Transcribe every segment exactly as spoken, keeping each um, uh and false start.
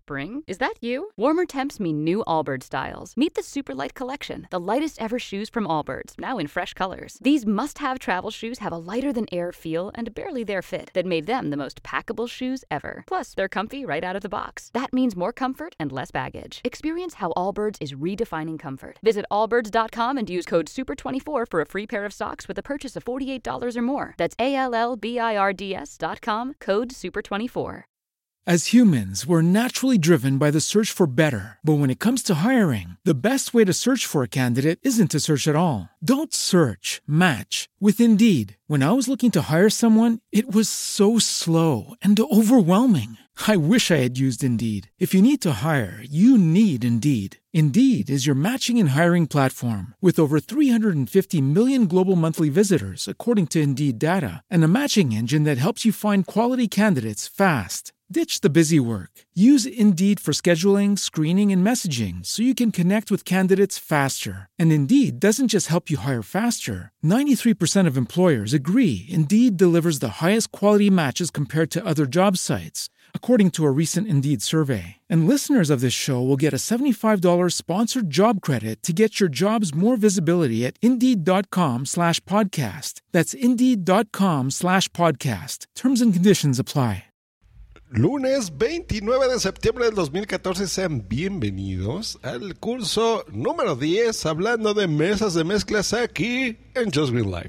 Spring? Is that you? Warmer temps mean new Allbirds styles. Meet the Superlight Collection, the lightest ever shoes from Allbirds, now in fresh colors. These must-have travel shoes have a lighter-than-air feel and barely there fit that made them the most packable shoes ever. Plus, they're comfy right out of the box. That means more comfort and less baggage. Experience how Allbirds is redefining comfort. Visit allbirds dot com and use code super twenty-four for a free pair of socks with a purchase of forty-eight dollars or more. That's A L L B I R D S dot com, code super twenty-four. As humans, we're naturally driven by the search for better. But when it comes to hiring, the best way to search for a candidate isn't to search at all. Don't search, match with Indeed. When I was looking to hire someone, it was so slow and overwhelming. I wish I had used Indeed. If you need to hire, you need Indeed. Indeed is your matching and hiring platform with over three hundred fifty million global monthly visitors, according to Indeed data, and a matching engine that helps you find quality candidates fast. Ditch the busy work. Use Indeed for scheduling, screening, and messaging so you can connect with candidates faster. And Indeed doesn't just help you hire faster. ninety-three percent of employers agree Indeed delivers the highest quality matches compared to other job sites, according to a recent Indeed survey. And listeners of this show will get a seventy-five dollars sponsored job credit to get your jobs more visibility at Indeed.com slash podcast. That's Indeed.com slash podcast. Terms and conditions apply. Lunes veintinueve de septiembre del dos mil catorce, sean bienvenidos al curso número diez hablando de mesas de mezclas aquí en Just Green Live.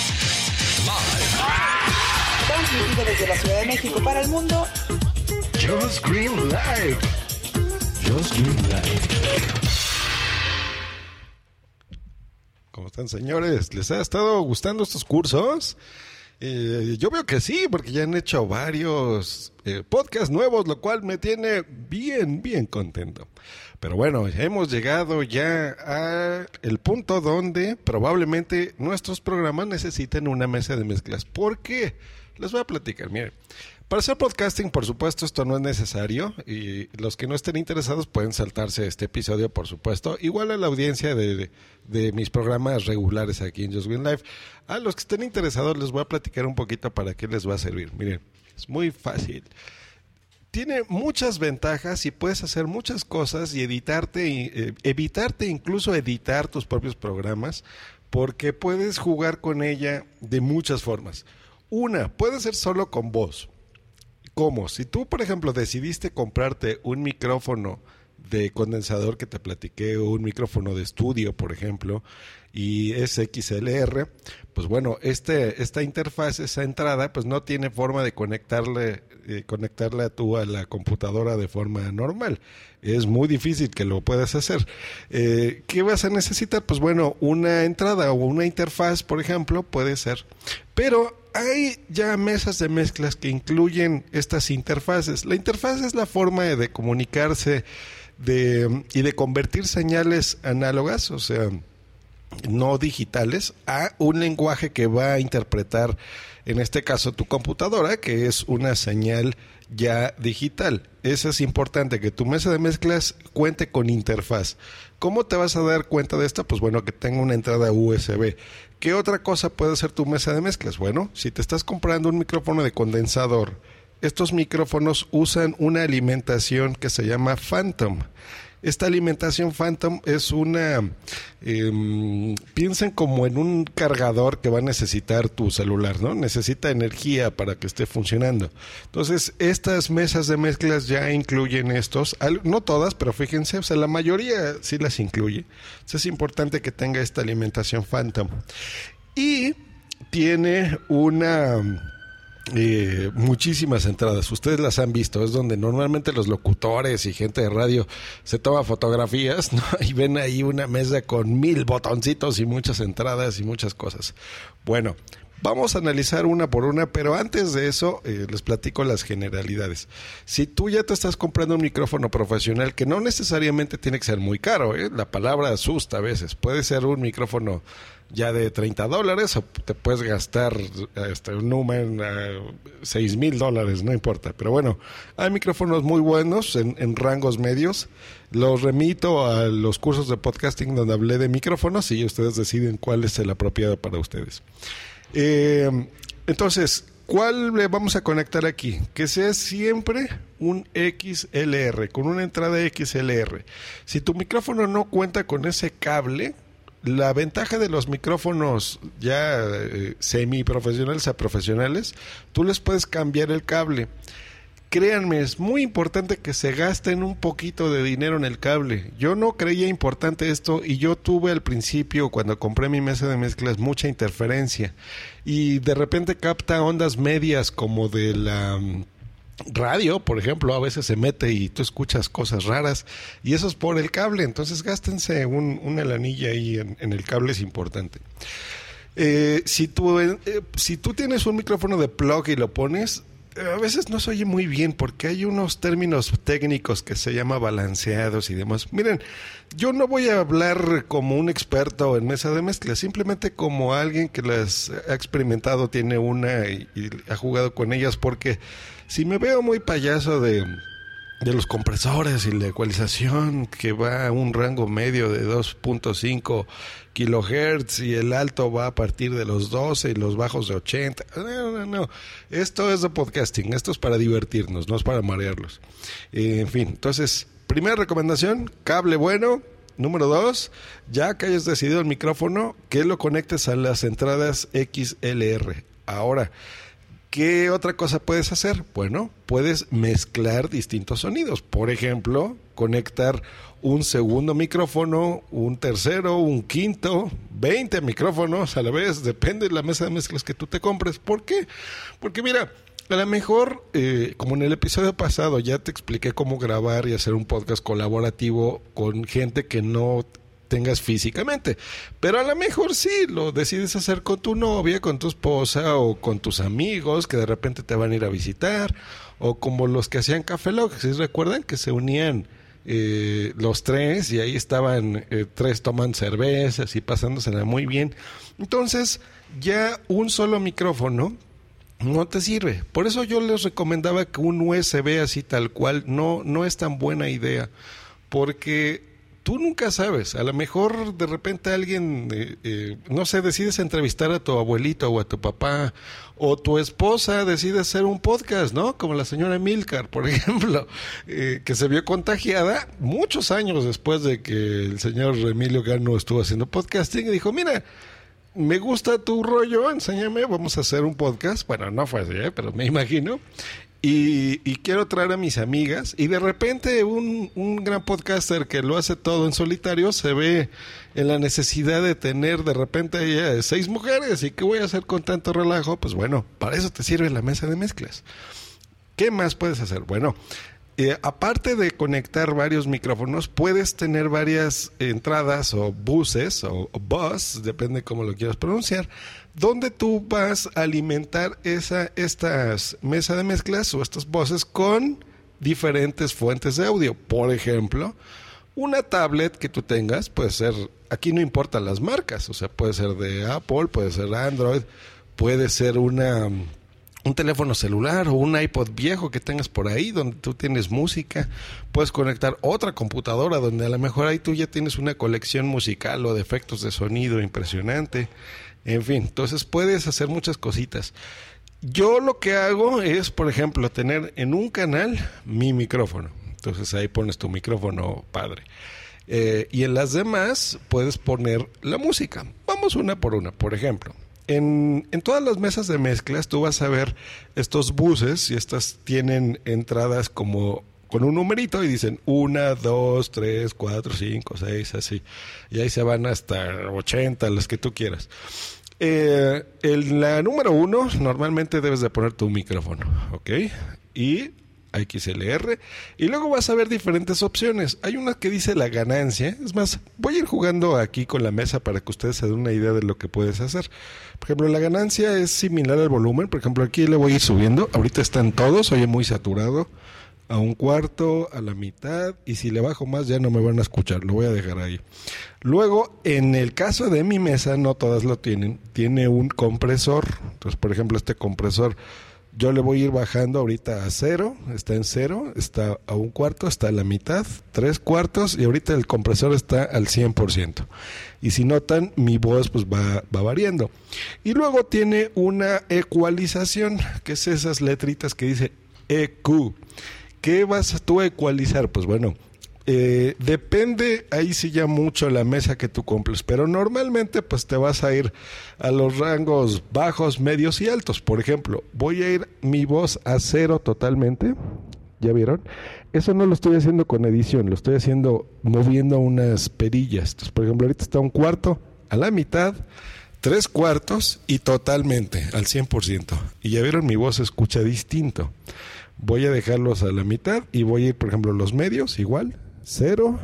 Transmitido desde la Ciudad de México para el mundo. Just Green Live. Just Green Live. ¿Cómo están, señores? ¿Les ha estado gustando estos cursos? Eh, yo veo que sí, porque ya han hecho varios eh, podcasts nuevos, lo cual me tiene bien, bien contento. Pero bueno, hemos llegado ya al punto donde probablemente nuestros programas necesiten una mesa de mezclas. ¿Por qué? Les voy a platicar, miren. Para hacer podcasting, por supuesto, esto no es necesario y los que no estén interesados pueden saltarse este episodio, por supuesto. Igual a la audiencia de, de, de mis programas regulares aquí en Just Green Live. A los que estén interesados les voy a platicar un poquito para qué les va a servir. Miren, es muy fácil. Tiene muchas ventajas y puedes hacer muchas cosas y editarte, eh, evitarte incluso editar tus propios programas porque puedes jugar con ella de muchas formas. Una, puede ser solo con voz. ¿Cómo? Si tú, por ejemplo, decidiste comprarte un micrófono de condensador que te platiqué, o un micrófono de estudio, por ejemplo, y es X L R, pues bueno, este, esta interfaz, esa entrada, pues no tiene forma de conectarle, eh, conectarla a tú a la computadora de forma normal. Es muy difícil que lo puedas hacer. Eh, ¿Qué vas a necesitar? Pues bueno, una entrada o una interfaz, por ejemplo, puede ser. Pero hay ya mesas de mezclas que incluyen estas interfaces. La interfaz es la forma de, de comunicarse de, y de convertir señales análogas, o sea, no digitales, a un lenguaje que va a interpretar, en este caso, tu computadora, que es una señal ya digital. Eso es importante, que tu mesa de mezclas cuente con interfaz. ¿Cómo te vas a dar cuenta de esto? Pues bueno, que tenga una entrada U S B. ¿Qué otra cosa puede ser tu mesa de mezclas? Bueno, si te estás comprando un micrófono de condensador, estos micrófonos usan una alimentación que se llama Phantom. Esta alimentación Phantom es una... Eh, piensen como en un cargador que va a necesitar tu celular, ¿no? Necesita energía para que esté funcionando. Entonces, estas mesas de mezclas ya incluyen estos, no todas, pero fíjense, o sea, la mayoría sí las incluye. Entonces, es importante que tenga esta alimentación Phantom. Y tiene una... Eh, muchísimas entradas, ustedes las han visto, es donde normalmente los locutores y gente de radio se toma fotografías, ¿no? Y ven ahí una mesa con mil botoncitos y muchas entradas y muchas cosas. Bueno, vamos a analizar una por una, pero antes de eso eh, les platico las generalidades. Si tú ya te estás comprando un micrófono profesional, que no necesariamente tiene que ser muy caro, ¿eh? La palabra asusta a veces, puede ser un micrófono ya de treinta dólares o te puedes gastar este, un número uh, seis mil dólares, no importa. Pero bueno, hay micrófonos muy buenos en, en rangos medios. Los remito a los cursos de podcasting donde hablé de micrófonos y ustedes deciden cuál es el apropiado para ustedes. Eh, entonces, ¿cuál le vamos a conectar aquí? Que sea siempre un X L R, con una entrada X L R. Si tu micrófono no cuenta con ese cable, la ventaja de los micrófonos ya eh, semiprofesionales a profesionales, tú les puedes cambiar el cable. Créanme, es muy importante que se gasten un poquito de dinero en el cable. Yo no creía importante esto y yo tuve al principio, cuando compré mi mesa de mezclas, mucha interferencia. Y de repente capta ondas medias como de la radio, por ejemplo, a veces se mete y tú escuchas cosas raras. Y eso es por el cable, entonces gástense un, una lanilla ahí en, en el cable, es importante. Eh, si, tú, eh, si tú tienes un micrófono de plug y lo pones, a veces no se oye muy bien porque hay unos términos técnicos que se llama balanceados y demás. Miren, yo no voy a hablar como un experto en mesa de mezcla, simplemente como alguien que las ha experimentado, tiene una y, y ha jugado con ellas, porque si me veo muy payaso de, de los compresores y la ecualización que va a un rango medio de dos punto cinco kilohertz y el alto va a partir de los doce y los bajos de ochenta. No, no, no. Esto es de podcasting. Esto es para divertirnos, no es para marearlos. Eh, en fin, entonces, primera recomendación, cable bueno. Número dos, ya que hayas decidido el micrófono, que lo conectes a las entradas X L R. Ahora, ¿qué otra cosa puedes hacer? Bueno, puedes mezclar distintos sonidos. Por ejemplo, conectar un segundo micrófono, un tercero, un quinto, veinte micrófonos a la vez, depende de la mesa de mezclas que tú te compres. ¿Por qué? Porque mira, a lo mejor, eh, como en el episodio pasado ya te expliqué cómo grabar y hacer un podcast colaborativo con gente que no tengas físicamente, pero a lo mejor sí lo decides hacer con tu novia, con tu esposa o con tus amigos que de repente te van a ir a visitar, o como los que hacían Café Lock, ¿sí recuerdan? Que se unían eh, los tres y ahí estaban eh, tres tomando cervezas y pasándosela muy bien. Entonces ya un solo micrófono no te sirve. Por eso yo les recomendaba que un U S B así tal cual no, no es tan buena idea, porque tú nunca sabes, a lo mejor de repente alguien, eh, eh, no sé, decides entrevistar a tu abuelito o a tu papá, o tu esposa decide hacer un podcast, ¿no? Como la señora Emilcar, por ejemplo, eh, que se vio contagiada muchos años después de que el señor Emilio Gano estuvo haciendo podcasting y dijo, mira, me gusta tu rollo, enséñame, vamos a hacer un podcast. Bueno, no fue así, ¿eh? Pero me imagino. Y, y quiero traer a mis amigas, y de repente un, un gran podcaster que lo hace todo en solitario se ve en la necesidad de tener de repente ya seis mujeres. ¿Y qué voy a hacer con tanto relajo? Pues bueno, para eso te sirve la mesa de mezclas. ¿Qué más puedes hacer? Bueno, eh, aparte de conectar varios micrófonos, puedes tener varias entradas o buses o, o bus, depende cómo lo quieras pronunciar, donde tú vas a alimentar esa, estas mesas de mezclas o estas voces con diferentes fuentes de audio. Por ejemplo, una tablet que tú tengas, puede ser, aquí no importan las marcas, o sea, puede ser de Apple, puede ser Android, puede ser una, un teléfono celular o un iPod viejo que tengas por ahí donde tú tienes música. Puedes conectar otra computadora donde a lo mejor ahí tú ya tienes una colección musical o de efectos de sonido impresionante. En fin, entonces puedes hacer muchas cositas. Yo lo que hago es, por ejemplo, tener en un canal mi micrófono. Entonces ahí pones tu micrófono padre. Eh, y en las demás puedes poner la música. Vamos una por una. Por ejemplo, en, en todas las mesas de mezclas tú vas a ver estos buses y estas tienen entradas como con un numerito y dicen una, dos, tres, cuatro, cinco, seis, así. Y ahí se van hasta ochenta, las que tú quieras. Eh, en la número uno normalmente debes de poner tu micrófono, ¿ok? Y X L R, y luego vas a ver diferentes opciones. Hay una que dice la ganancia. Es más, voy a ir jugando aquí con la mesa para que ustedes se den una idea de lo que puedes hacer. Por ejemplo, la ganancia es similar al volumen. Por ejemplo, aquí le voy a ir subiendo. Ahorita están todos, oye muy saturado. A un cuarto, a la mitad, y si le bajo más ya no me van a escuchar, lo voy a dejar ahí. Luego, en el caso de mi mesa, no todas lo tienen, tiene un compresor. Entonces, por ejemplo, este compresor Yo le voy a ir bajando ahorita a cero, está en cero, está a un cuarto, está a la mitad, tres cuartos y ahorita el compresor está al cien por ciento. Y si notan, mi voz pues va, va variando. Y luego tiene una ecualización, que es esas letritas que dice E Q. ¿Qué vas tú a ecualizar? Pues bueno, eh, depende ahí sí ya mucho la mesa que tú compres, pero normalmente pues te vas a ir a los rangos bajos, medios y altos. Por ejemplo, voy a ir mi voz a cero totalmente. ¿Ya vieron? Eso no lo estoy haciendo con edición, lo estoy haciendo moviendo unas perillas. Entonces, por ejemplo, ahorita está un cuarto, a la mitad, tres cuartos y totalmente, al cien por ciento. Y ya vieron, mi voz se escucha distinto. Voy a dejarlos a la mitad y voy a ir, por ejemplo, los medios, igual, cero,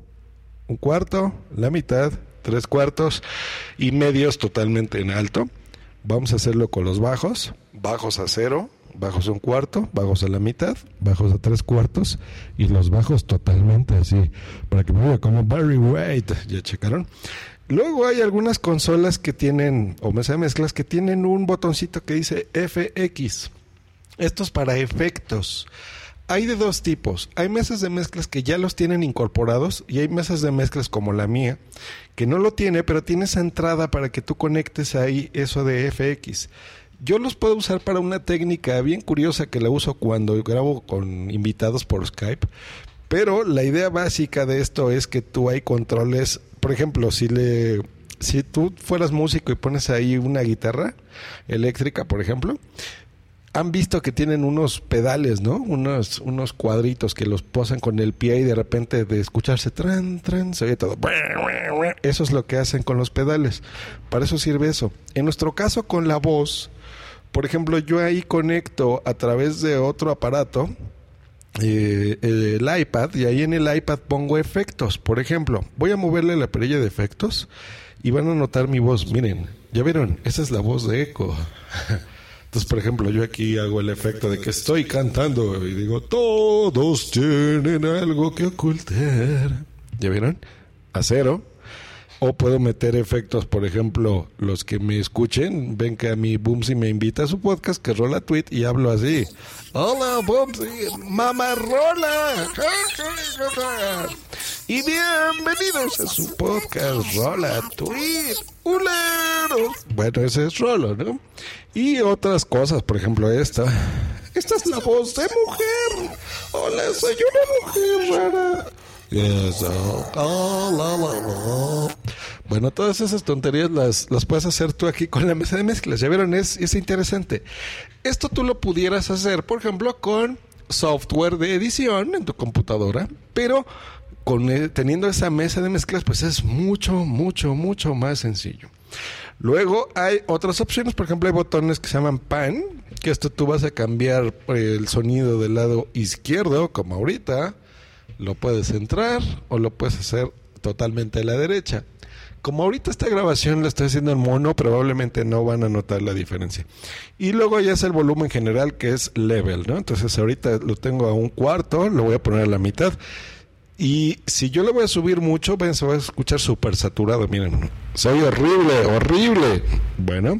un cuarto, la mitad, tres cuartos y medios totalmente en alto. Vamos a hacerlo con los bajos, bajos a cero, bajos a un cuarto, bajos a la mitad, bajos a tres cuartos y los bajos totalmente así, para que me vea como Barry White. ¿Ya checaron? Luego hay algunas consolas que tienen, o mesa de mezclas, que tienen un botoncito que dice F X. Esto es para efectos. Hay de dos tipos. Hay mesas de mezclas que ya los tienen incorporados y hay mesas de mezclas como la mía que no lo tiene, pero tiene esa entrada para que tú conectes ahí eso de F X. Yo los puedo usar para una técnica bien curiosa que la uso cuando grabo con invitados por Skype, pero la idea básica de esto es que tú hay controles. Por ejemplo, si le si tú fueras músico y pones ahí una guitarra eléctrica, por ejemplo, han visto que tienen unos pedales, ¿no? Unos, unos cuadritos que los posan con el pie y de repente de escucharse tran, tran, se oye todo. Eso es lo que hacen con los pedales. Para eso sirve eso. En nuestro caso con la voz, por ejemplo, yo ahí conecto a través de otro aparato, eh, el iPad, y ahí en el iPad pongo efectos. Por ejemplo, voy a moverle la perilla de efectos y van a notar mi voz. Miren, ¿ya vieron? Esa es la voz de eco. Entonces, por ejemplo, yo aquí hago el efecto de que estoy cantando y digo, todos tienen algo que ocultar. ¿Ya vieron? A cero. O puedo meter efectos, por ejemplo, los que me escuchen, ven que a mi Bumsy me invita a su podcast, que Rola Tweet, y hablo así. Hola, Bumsy, mamá Rola. Y bienvenidos a su podcast, Rola Tweet. ¡Ulero! Bueno, ese es Rolo, ¿no? Y otras cosas, por ejemplo esta. Esta es la voz de mujer. Hola, soy una mujer rara. Yes, oh, oh, la, la, la. Bueno, todas esas tonterías las, las puedes hacer tú aquí con la mesa de mezclas. Ya vieron, es, es interesante. Esto tú lo pudieras hacer, por ejemplo, con software de edición en tu computadora, pero con, eh, teniendo esa mesa de mezclas, pues es mucho, mucho, mucho más sencillo. Luego hay otras opciones, por ejemplo, hay botones que se llaman pan, que esto tú vas a cambiar el sonido del lado izquierdo, como ahorita. Lo puedes entrar o lo puedes hacer totalmente a la derecha. Como ahorita esta grabación la estoy haciendo en mono, probablemente no van a notar la diferencia. Y luego ya es el volumen general, que es level, ¿no? Entonces ahorita lo tengo a un cuarto, lo voy a poner a la mitad. Y si yo lo voy a subir mucho, ven, se va a escuchar súper saturado. Miren, soy horrible, horrible. Bueno,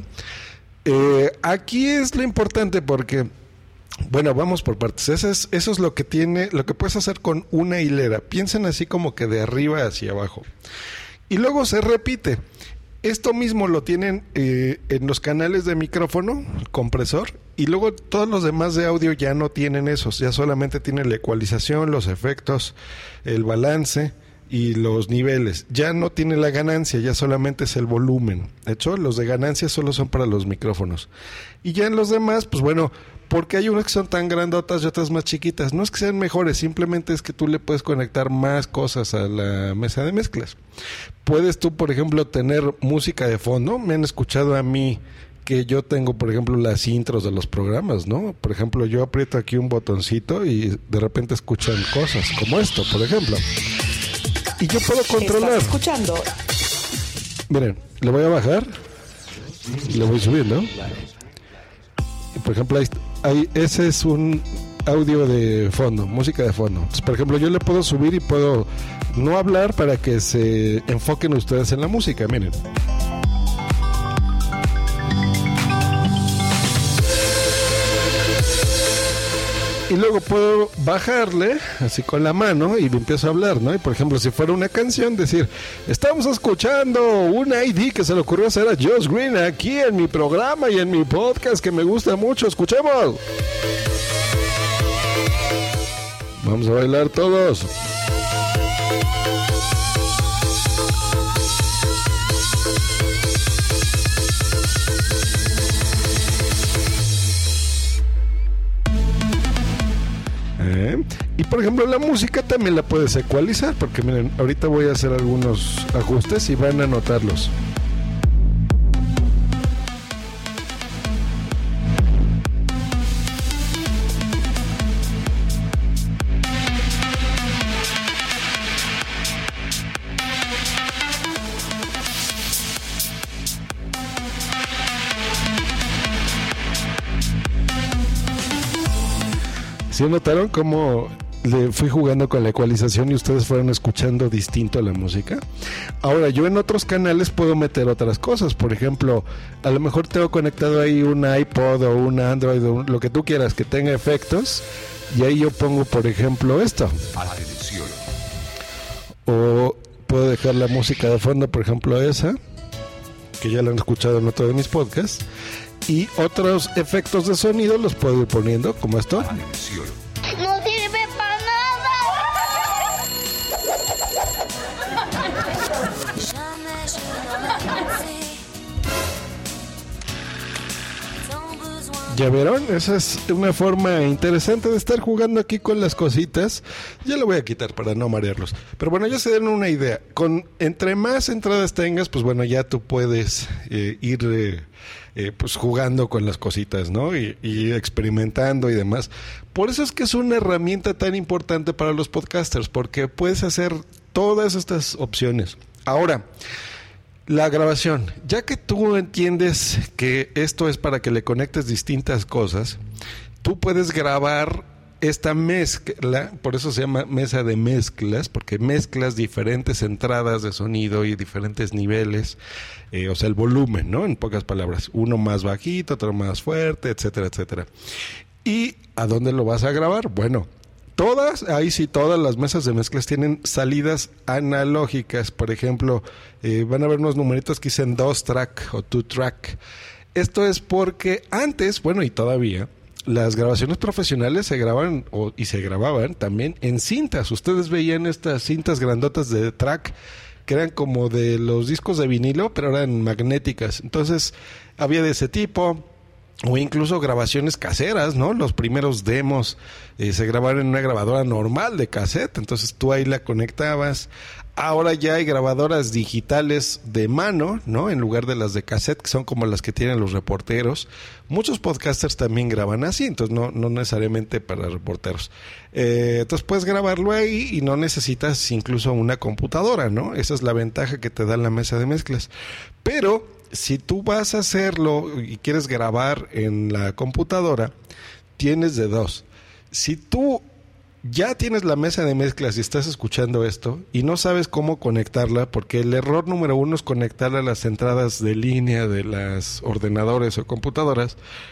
eh, aquí es lo importante porque... Bueno, vamos por partes. Eso es, eso es lo que tiene, lo que puedes hacer con una hilera. Piensen así como que de arriba hacia abajo. Y luego se repite. Esto mismo lo tienen eh, en los canales de micrófono, compresor, y luego todos los demás de audio ya no tienen esos. Ya solamente tienen la ecualización, los efectos, el balance y los niveles. Ya no tiene la ganancia, ya solamente es el volumen. De hecho, los de ganancia solo son para los micrófonos. Y ya en los demás, pues bueno... Porque hay unas que son tan grandotas y otras más chiquitas. No es que sean mejores, simplemente es que tú le puedes conectar más cosas a la mesa de mezclas. Puedes tú, por ejemplo, tener música de fondo. Me han escuchado a mí que yo tengo, por ejemplo, las intros de los programas, ¿no? Por ejemplo, yo aprieto aquí un botoncito y de repente escuchan cosas como esto, por ejemplo. Y yo puedo controlar. ¿Estás escuchando? Miren, le voy a bajar y le voy subiendo. Por ejemplo, ahí, ahí, ese es un audio de fondo, música de fondo. Entonces, por ejemplo, yo le puedo subir y puedo no hablar para que se enfoquen ustedes en la música. Miren. y luego puedo bajarle así con la mano y empiezo a hablar, ¿no? Y por ejemplo, si fuera una canción, decir, estamos escuchando una I D que se le ocurrió hacer a Josh Green aquí en mi programa y en mi podcast que me gusta mucho. Escuchemos. Vamos a bailar todos. ¿Eh? Y por ejemplo la música también la puedes ecualizar, porque miren, ahorita voy a hacer algunos ajustes y van a notarlos. ¿Sí notaron cómo le fui jugando con la ecualización y ustedes fueron escuchando distinto a la música? Ahora, yo en otros canales puedo meter otras cosas. Por ejemplo, a lo mejor tengo conectado ahí un iPod o un Android o lo que tú quieras que tenga efectos. Y ahí yo pongo, por ejemplo, esto. Atención. O puedo dejar la música de fondo, por ejemplo, esa, que ya la han escuchado en otro de mis podcasts. Y otros efectos de sonido los puedo ir poniendo, como esto. ¡No sirve para nada! ¿Ya vieron? Esa es una forma interesante de estar jugando aquí con las cositas. Ya lo voy a quitar para no marearlos. Pero bueno, ya se den una idea. Con entre más entradas tengas, pues bueno, ya tú puedes eh, ir... Eh, Eh, pues jugando con las cositas, ¿no? Y, y experimentando y demás. Por eso es que es una herramienta tan importante para los podcasters, porque puedes hacer todas estas opciones. Ahora, la grabación. Ya que tú entiendes que esto es para que le conectes distintas cosas, tú puedes grabar esta mezcla, por eso se llama mesa de mezclas, porque mezclas diferentes entradas de sonido y diferentes niveles, eh, o sea, el volumen, ¿no? En pocas palabras, uno más bajito, otro más fuerte, etcétera, etcétera. ¿Y a dónde lo vas a grabar? Bueno, todas, ahí sí, todas las mesas de mezclas tienen salidas analógicas. Por ejemplo, eh, van a ver unos numeritos que dicen dos track o two track. Esto es porque antes, bueno, y todavía, las grabaciones profesionales se graban o, y se grababan también en cintas. Ustedes veían estas cintas grandotas de track que eran como de los discos de vinilo, pero eran magnéticas. Entonces había de ese tipo, o incluso grabaciones caseras, ¿no? Los primeros demos eh, se grabaron en una grabadora normal de cassette, entonces tú ahí la conectabas. Ahora ya hay grabadoras digitales de mano, ¿no? En lugar de las de cassette, que son como las que tienen los reporteros. Muchos podcasters también graban así, entonces no, no necesariamente para reporteros. Eh, entonces puedes grabarlo ahí y no necesitas incluso una computadora, ¿no? Esa es la ventaja que te da la mesa de mezclas. Pero si tú vas a hacerlo y quieres grabar en la computadora, tienes de dos. Si tú ya tienes la mesa de mezclas y estás escuchando esto y no sabes cómo conectarla, porque el error número uno es conectarla a las entradas de línea de las ordenadores o computadoras.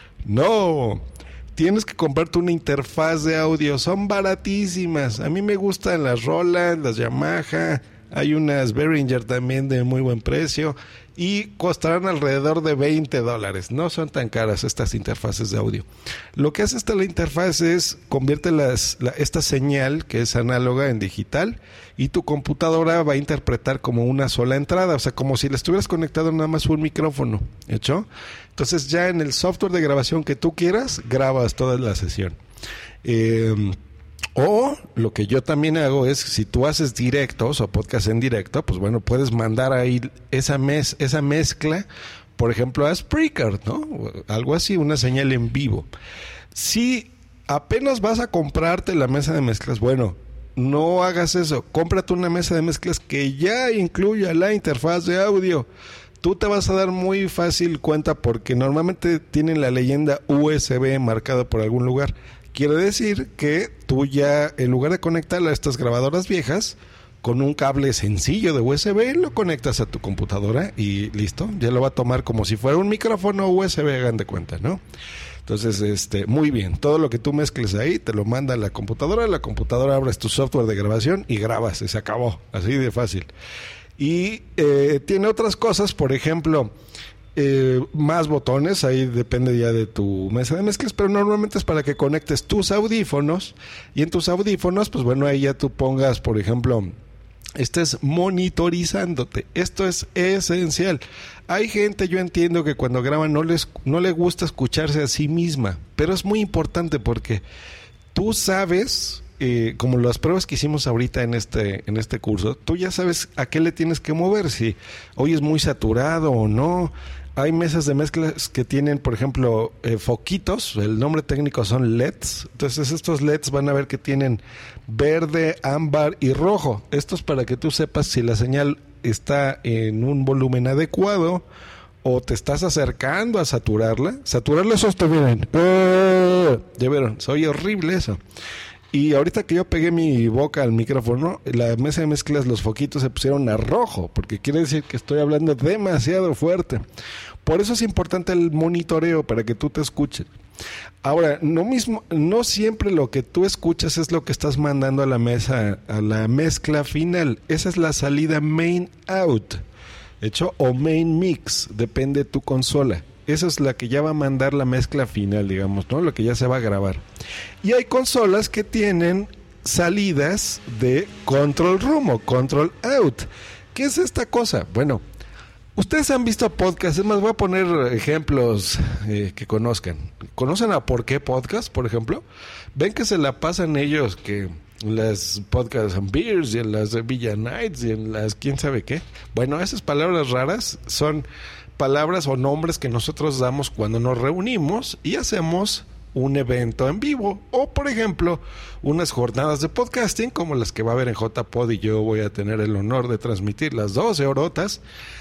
No, tienes que comprarte una interfaz de audio, son baratísimas. A mí me gustan las Roland, las Yamaha, hay unas Behringer también de muy buen precio y costarán alrededor de veinte dólares. No son tan caras estas interfaces de audio. Lo que hace esta la interfaz es convierte las, la, esta señal que es análoga en digital y tu computadora va a interpretar como una sola entrada, o sea, como si le estuvieras conectado nada más un micrófono, ¿hecho? Entonces ya en el software de grabación que tú quieras, grabas toda la sesión. Eh... O lo que yo también hago es, si tú haces directos o podcast en directo, pues bueno, puedes mandar ahí esa, mez, esa mezcla, por ejemplo, a Spreaker, ¿no? O algo así, una señal en vivo. Si apenas vas a comprarte la mesa de mezclas, bueno, no hagas eso. Cómprate una mesa de mezclas que ya incluya la interfaz de audio. Tú te vas a dar muy fácil cuenta porque normalmente tienen la leyenda U S B marcada por algún lugar. Quiere decir que tú ya, en lugar de conectarla a estas grabadoras viejas, con un cable sencillo de U S B, lo conectas a tu computadora y listo, ya lo va a tomar como si fuera un micrófono U S B, hagan de cuenta, ¿no? Entonces, este, muy bien, todo lo que tú mezcles ahí, te lo manda a la computadora, la computadora abres tu software de grabación y grabas, y se acabó, así de fácil. Y eh, tiene otras cosas, por ejemplo, eh, más botones, ahí depende ya de tu mesa de mezclas, pero normalmente es para que conectes tus audífonos, y en tus audífonos, pues bueno, ahí ya tú pongas, por ejemplo, estés monitorizándote. Esto es esencial. Hay gente, yo entiendo que cuando graban no les no le gusta escucharse a sí misma, pero es muy importante porque tú sabes, eh, como las pruebas que hicimos ahorita en este en este curso, tú ya sabes a qué le tienes que mover, si hoy es muy saturado o no. Hay mesas de mezclas que tienen, por ejemplo, eh, foquitos, el nombre técnico son L E Ds. Entonces estos L E Ds van a ver que tienen verde, ámbar y rojo. Esto es para que tú sepas si la señal está en un volumen adecuado o te estás acercando a saturarla. Saturarla es esto, miren. ¡Oh! Ya vieron, soy horrible eso. Y ahorita que yo pegué mi boca al micrófono, la mesa de mezclas, los foquitos se pusieron a rojo, porque quiere decir que estoy hablando demasiado fuerte. Por eso es importante el monitoreo, para que tú te escuches. Ahora, no mismo, no siempre lo que tú escuchas es lo que estás mandando a la mesa, a la mezcla final. Esa es la salida main out, ¿hecho? O main mix, depende de tu consola. Esa es la que ya va a mandar la mezcla final, digamos, ¿no? Lo que ya se va a grabar. Y hay consolas que tienen salidas de control room o control out. ¿Qué es esta cosa? Bueno, ustedes han visto podcasts, es más, voy a poner ejemplos eh, que conozcan. ¿Conocen a Por qué Podcast, por ejemplo? Ven que se la pasan ellos que las podcasts and beers y en las de Villa Nights y en las quién sabe qué. Bueno, esas palabras raras son palabras o nombres que nosotros damos cuando nos reunimos y hacemos un evento en vivo, o por ejemplo unas jornadas de podcasting como las que va a haber en J P O D, y yo voy a tener el honor de transmitir las doce horotas.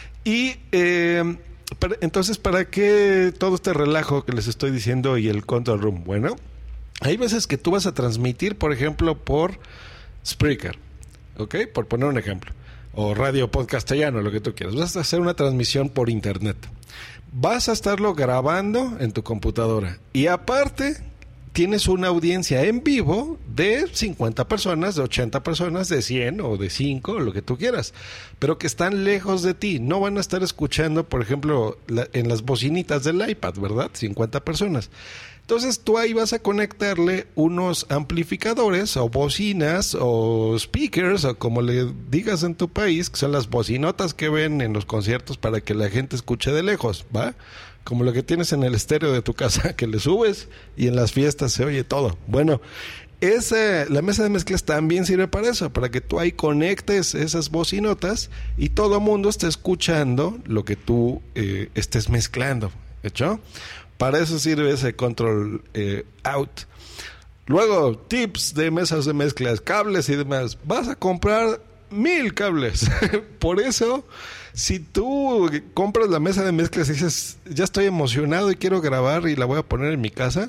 Y eh, para, entonces, ¿para qué todo este relajo que les estoy diciendo y el control room? Bueno, hay veces que tú vas a transmitir, por ejemplo, por Spreaker, ¿ok? Por poner un ejemplo, o radio podcastellano, lo que tú quieras. Vas a hacer una transmisión por internet. Vas a estarlo grabando en tu computadora. Y aparte, tienes una audiencia en vivo de cincuenta personas, de ochenta personas, de cien o de cinco, lo que tú quieras. Pero que están lejos de ti. No van a estar escuchando, por ejemplo, la, en las bocinitas del iPad, ¿verdad? cincuenta personas. Entonces tú ahí vas a conectarle unos amplificadores o bocinas o speakers o como le digas en tu país, que son las bocinotas que ven en los conciertos para que la gente escuche de lejos, ¿va? Como lo que tienes en el estéreo de tu casa, que le subes y en las fiestas se oye todo. Bueno, esa, la mesa de mezclas también sirve para eso, para que tú ahí conectes esas bocinotas y todo el mundo esté escuchando lo que tú eh, estés mezclando, ¿hecho? Para eso sirve ese control eh, out. Luego, tips de mesas de mezclas, cables y demás. Vas a comprar mil cables. Por eso, si tú compras la mesa de mezclas y dices, ya estoy emocionado y quiero grabar y la voy a poner en mi casa,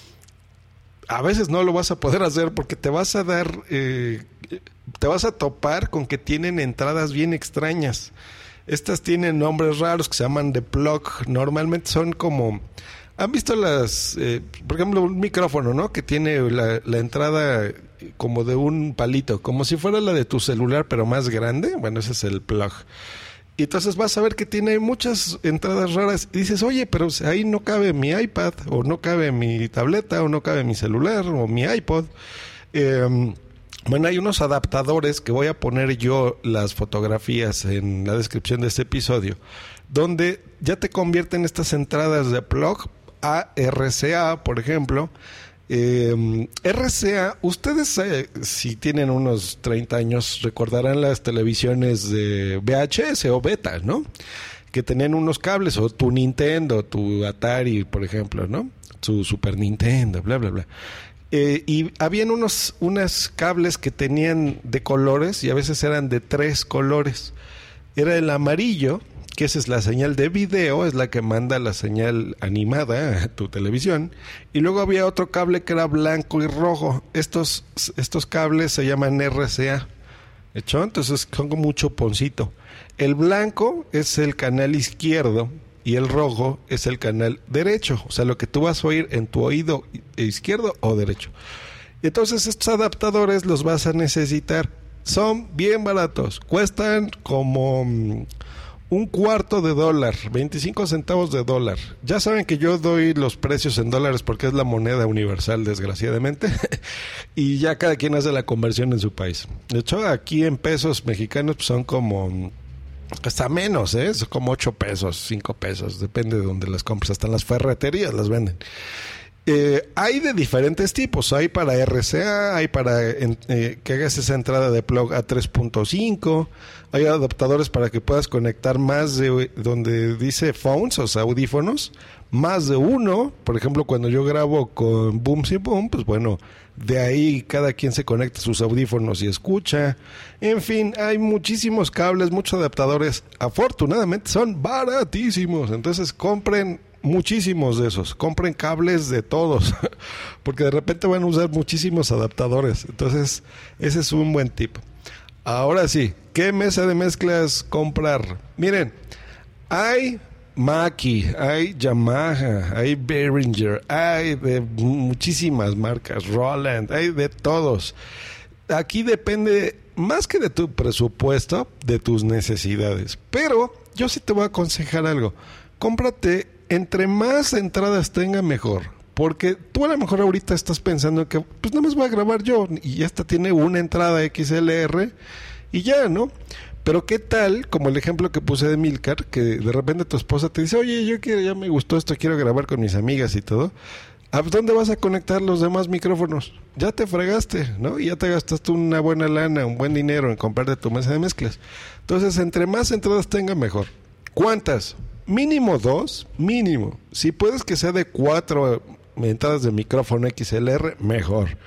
a veces no lo vas a poder hacer porque te vas a dar, eh, te vas a topar con que tienen entradas bien extrañas. Estas tienen nombres raros que se llaman de plug. Normalmente son como... ¿Han visto las... Eh, por ejemplo, un micrófono, ¿no? Que tiene la, la entrada como de un palito, como si fuera la de tu celular, pero más grande. Bueno, ese es el plug. Y entonces vas a ver que tiene muchas entradas raras. Y dices, oye, pero ahí no cabe mi iPad, o no cabe mi tableta, o no cabe mi celular, o mi iPod. Eh... Bueno, hay unos adaptadores que voy a poner yo las fotografías en la descripción de este episodio, donde ya te convierten estas entradas de plug a R C A, por ejemplo. Eh, R C A, ustedes eh, si tienen unos treinta años recordarán las televisiones de V H S o beta, ¿no? Que tenían unos cables, o tu Nintendo, tu Atari, por ejemplo, ¿no? Su Super Nintendo, bla, bla, bla. Eh, y habían unos unas cables que tenían de colores y a veces eran de tres colores. Era el amarillo, que esa es la señal de video, es la que manda la señal animada a tu televisión. Y luego había otro cable que era blanco y rojo. Estos, estos cables se llaman R C A. ¿Hecho? Entonces son como un chuponcito. El blanco es el canal izquierdo y el rojo es el canal derecho. O sea, lo que tú vas a oír en tu oído izquierdo o derecho. Entonces estos adaptadores los vas a necesitar. Son bien baratos. Cuestan como um, un cuarto de dólar, veinticinco centavos de dólar. Ya saben que yo doy los precios en dólares porque es la moneda universal, desgraciadamente. Y ya cada quien hace la conversión en su país. De hecho, aquí en pesos mexicanos pues, son como... hasta menos, ¿eh? Son como ocho pesos, cinco pesos. Depende de donde las compres. Hasta en las ferreterías las venden. Eh, hay de diferentes tipos. Hay para R C A, hay para en, eh, que hagas esa entrada de plug a tres punto cinco. Hay adaptadores para que puedas conectar más de donde dice phones, o sea, audífonos, más de uno. Por ejemplo, cuando yo grabo con Boom Si Boom, pues bueno, de ahí cada quien se conecta sus audífonos y escucha. En fin, hay muchísimos cables, muchos adaptadores. Afortunadamente son baratísimos. Entonces compren muchísimos de esos, compren cables de todos, porque de repente van a usar muchísimos adaptadores. Entonces, ese es un buen tip. Ahora sí, ¿qué mesa de mezclas comprar? Miren, hay Mackie, hay Yamaha, hay Behringer, hay de muchísimas marcas, Roland, hay de todos. Aquí depende más que de tu presupuesto, de tus necesidades. Pero yo sí te voy a aconsejar algo. Cómprate, entre más entradas tenga, mejor. Porque tú a lo mejor ahorita estás pensando que pues nada más voy a grabar yo y esta tiene una entrada X L R y ya, ¿no? Pero qué tal, como el ejemplo que puse de Milcar, que de repente tu esposa te dice, oye, yo quiero, ya me gustó esto, quiero grabar con mis amigas y todo. ¿A dónde vas a conectar los demás micrófonos? Ya te fregaste, ¿no? Y ya te gastaste una buena lana, un buen dinero en comprarte tu mesa de mezclas. Entonces, entre más entradas tenga, mejor. ¿Cuántas? Mínimo dos, mínimo. Si puedes que sea de cuatro entradas de micrófono X L R, mejor.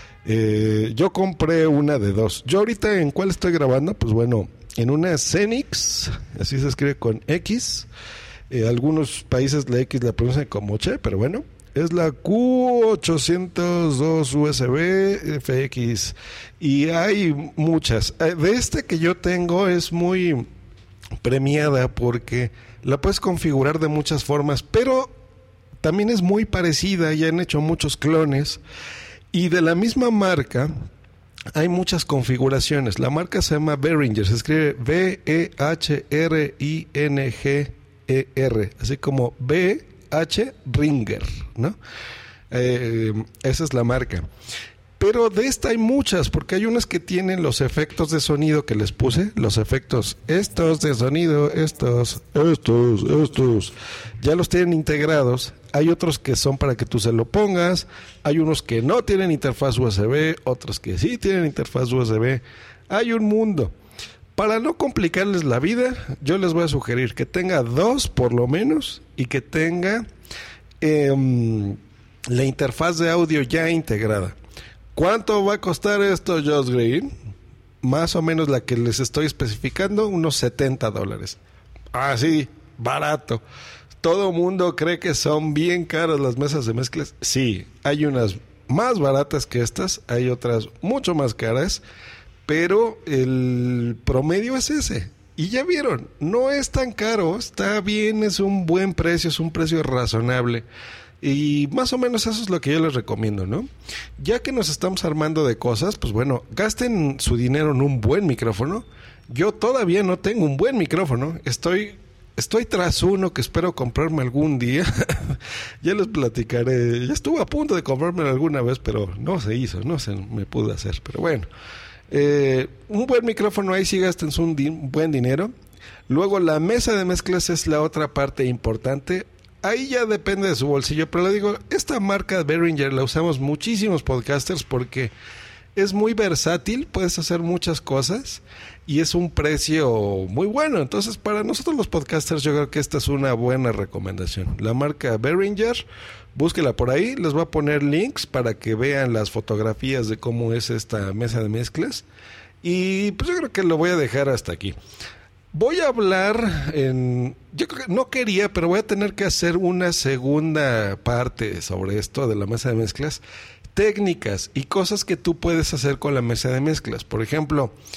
Eh, yo compré una de dos. Yo ahorita, ¿en cuál estoy grabando? Pues bueno, en una Xenix, así se escribe con X. Eh, algunos países la X la pronuncian como Che, pero bueno. Es la Q ochocientos dos U S B F X. Y hay muchas. De este que yo tengo es muy premiada porque la puedes configurar de muchas formas, pero también es muy parecida. Ya han hecho muchos clones. Y de la misma marca hay muchas configuraciones. La marca se llama Behringer. Se escribe B E H R I N G E R. Así como B H Ringer, ¿no? Eh, esa es la marca. Pero de esta hay muchas, porque hay unas que tienen los efectos de sonido que les puse, los efectos estos de sonido, estos, estos, estos, ya los tienen integrados. Hay otros que son para que tú se lo pongas, hay unos que no tienen interfaz U S B, otros que sí tienen interfaz U S B. Hay un mundo. Para no complicarles la vida, yo les voy a sugerir que tenga dos por lo menos y que tenga eh, la interfaz de audio ya integrada. ¿Cuánto va a costar esto, Josh Green? Más o menos la que les estoy especificando, unos setenta dólares. Ah, sí, barato. ¿Todo mundo cree que son bien caras las mesas de mezclas? Sí, hay unas más baratas que estas, hay otras mucho más caras. Pero el promedio es ese. Y ya vieron, no es tan caro, está bien, es un buen precio, es un precio razonable. Y más o menos eso es lo que yo les recomiendo, ¿no? Ya que nos estamos armando de cosas, pues bueno, gasten su dinero en un buen micrófono. Yo todavía no tengo un buen micrófono, estoy... Estoy tras uno que espero comprarme algún día. Ya les platicaré. Ya estuve a punto de comprármelo alguna vez, pero no se hizo, no se me pudo hacer. Pero bueno, eh, un buen micrófono ahí sí gasten un di- buen dinero. Luego la mesa de mezclas es la otra parte importante. Ahí ya depende de su bolsillo, pero le digo, esta marca Behringer la usamos muchísimos podcasters porque es muy versátil, puedes hacer muchas cosas y es un precio muy bueno. Entonces, para nosotros los podcasters, yo creo que esta es una buena recomendación. La marca Behringer, búsquela por ahí, les voy a poner links para que vean las fotografías de cómo es esta mesa de mezclas. Y pues yo creo que lo voy a dejar hasta aquí. Voy a hablar en... Yo creo que no quería, pero voy a tener que hacer una segunda parte sobre esto de la mesa de mezclas. Técnicas y cosas que tú puedes hacer con la mesa de mezclas. Por ejemplo,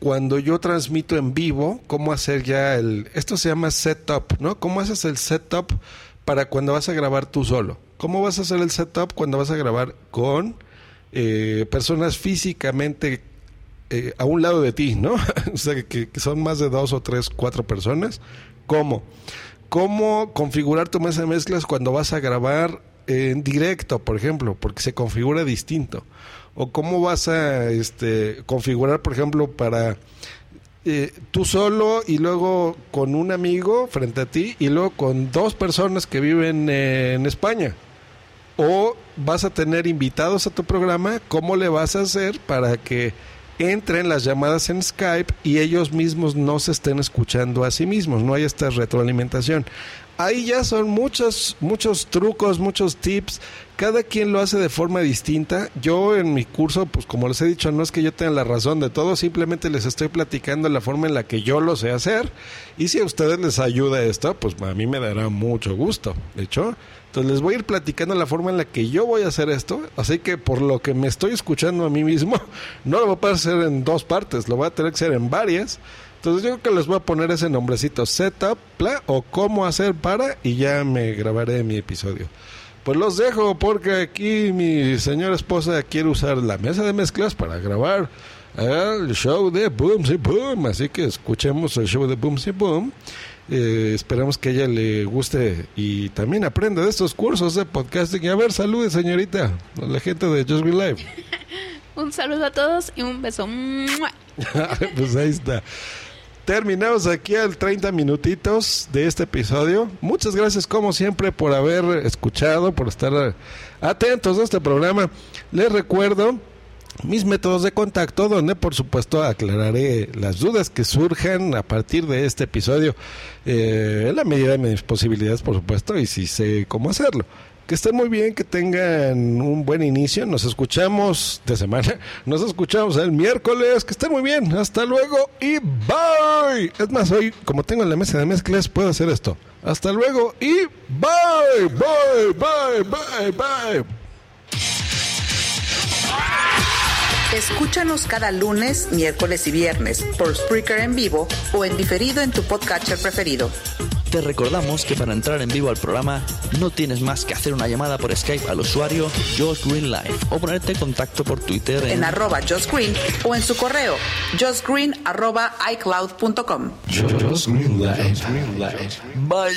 cuando yo transmito en vivo, cómo hacer ya el... Esto se llama setup, ¿no? ¿Cómo haces el setup para cuando vas a grabar tú solo? ¿Cómo vas a hacer el setup cuando vas a grabar con eh, personas físicamente eh, a un lado de ti, ¿no? O sea, que, que son más de dos o tres, cuatro personas. ¿Cómo? ¿Cómo configurar tu mesa de mezclas cuando vas a grabar en directo, por ejemplo? Porque se configura distinto. O cómo vas a este, configurar, por ejemplo, para eh, tú solo y luego con un amigo frente a ti y luego con dos personas que viven eh, en España. O vas a tener invitados a tu programa, ¿cómo le vas a hacer para que entren las llamadas en Skype y ellos mismos no se estén escuchando a sí mismos? No hay esta retroalimentación. Ahí ya son muchos, muchos trucos, muchos tips. Cada quien lo hace de forma distinta. Yo en mi curso, pues como les he dicho, no es que yo tenga la razón de todo, simplemente les estoy platicando la forma en la que yo lo sé hacer. Y si a ustedes les ayuda esto, pues a mí me dará mucho gusto. De hecho, entonces les voy a ir platicando la forma en la que yo voy a hacer esto. Así que por lo que me estoy escuchando a mí mismo, no lo voy a poder hacer en dos partes, lo voy a tener que hacer en varias. Entonces yo creo que les voy a poner ese nombrecito, setup, bla, o cómo hacer para, y ya me grabaré mi episodio. Pues los dejo porque aquí mi señora esposa quiere usar la mesa de mezclas para grabar el show de Boomsy Boom. Así que escuchemos el show de Boomsy Boom. Eh, esperamos que a ella le guste y también aprenda de estos cursos de podcasting. Y a ver, salude, señorita, a la gente de Just Green Live. Un saludo a todos y un beso. Pues ahí está. Terminamos aquí al treinta minutitos de este episodio. Muchas gracias como siempre por haber escuchado, por estar atentos a este programa. Les recuerdo mis métodos de contacto, donde por supuesto aclararé las dudas que surjan a partir de este episodio, eh, en la medida de mis posibilidades, por supuesto, y si sé cómo hacerlo. Que estén muy bien, que tengan un buen inicio. Nos escuchamos de semana. Nos escuchamos el miércoles. Que estén muy bien. Hasta luego y bye. Es más, hoy, como tengo en la mesa de mezclas, puedo hacer esto. Hasta luego y bye. Bye, bye, bye, bye. Escúchanos cada lunes, miércoles y viernes por Spreaker en vivo o en diferido en tu podcatcher preferido. Te recordamos que para entrar en vivo al programa no tienes más que hacer una llamada por Skype al usuario Just Green Live o ponerte en contacto por Twitter en, en arroba Just Green o en su correo justgreen arroba icloud punto com. Just Green Live. Bye.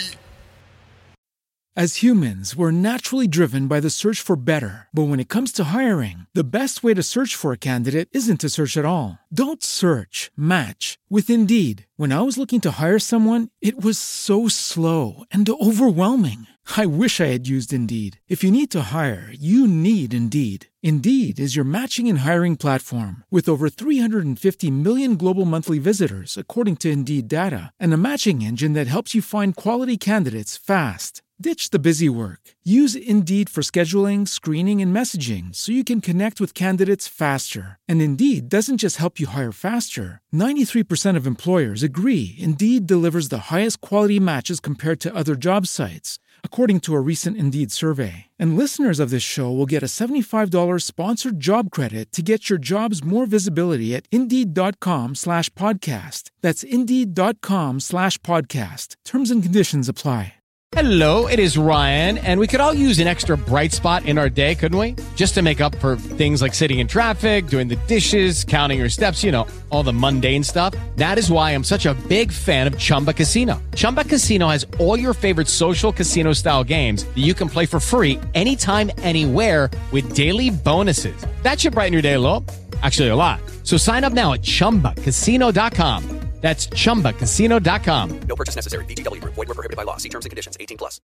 As humans, we're naturally driven by the search for better. But when it comes to hiring, the best way to search for a candidate isn't to search at all. Don't search, match with Indeed. When I was looking to hire someone, it was so slow and overwhelming. I wish I had used Indeed. If you need to hire, you need Indeed. Indeed is your matching and hiring platform with over three hundred fifty million global monthly visitors, according to Indeed data, and a matching engine that helps you find quality candidates fast. Ditch the busy work. Use Indeed for scheduling, screening, and messaging so you can connect with candidates faster. And Indeed doesn't just help you hire faster. ninety-three percent of employers agree Indeed delivers the highest quality matches compared to other job sites, according to a recent Indeed survey. And listeners of this show will get a seventy-five dollars sponsored job credit to get your jobs more visibility at Indeed.com slash podcast. That's Indeed.com slash podcast. Terms and conditions apply. Hello, it is Ryan, and we could all use an extra bright spot in our day, couldn't we? Just to make up for things like sitting in traffic, doing the dishes, counting your steps, you know, all the mundane stuff. That is why I'm such a big fan of Chumba Casino. Chumba Casino has all your favorite social casino-style games that you can play for free anytime, anywhere with daily bonuses. That should brighten your day a little. Actually, a lot. So sign up now at chumba casino dot com. That's chumba casino dot com. No purchase necessary. V G W Group. Void where prohibited by law. See terms and conditions. eighteen plus.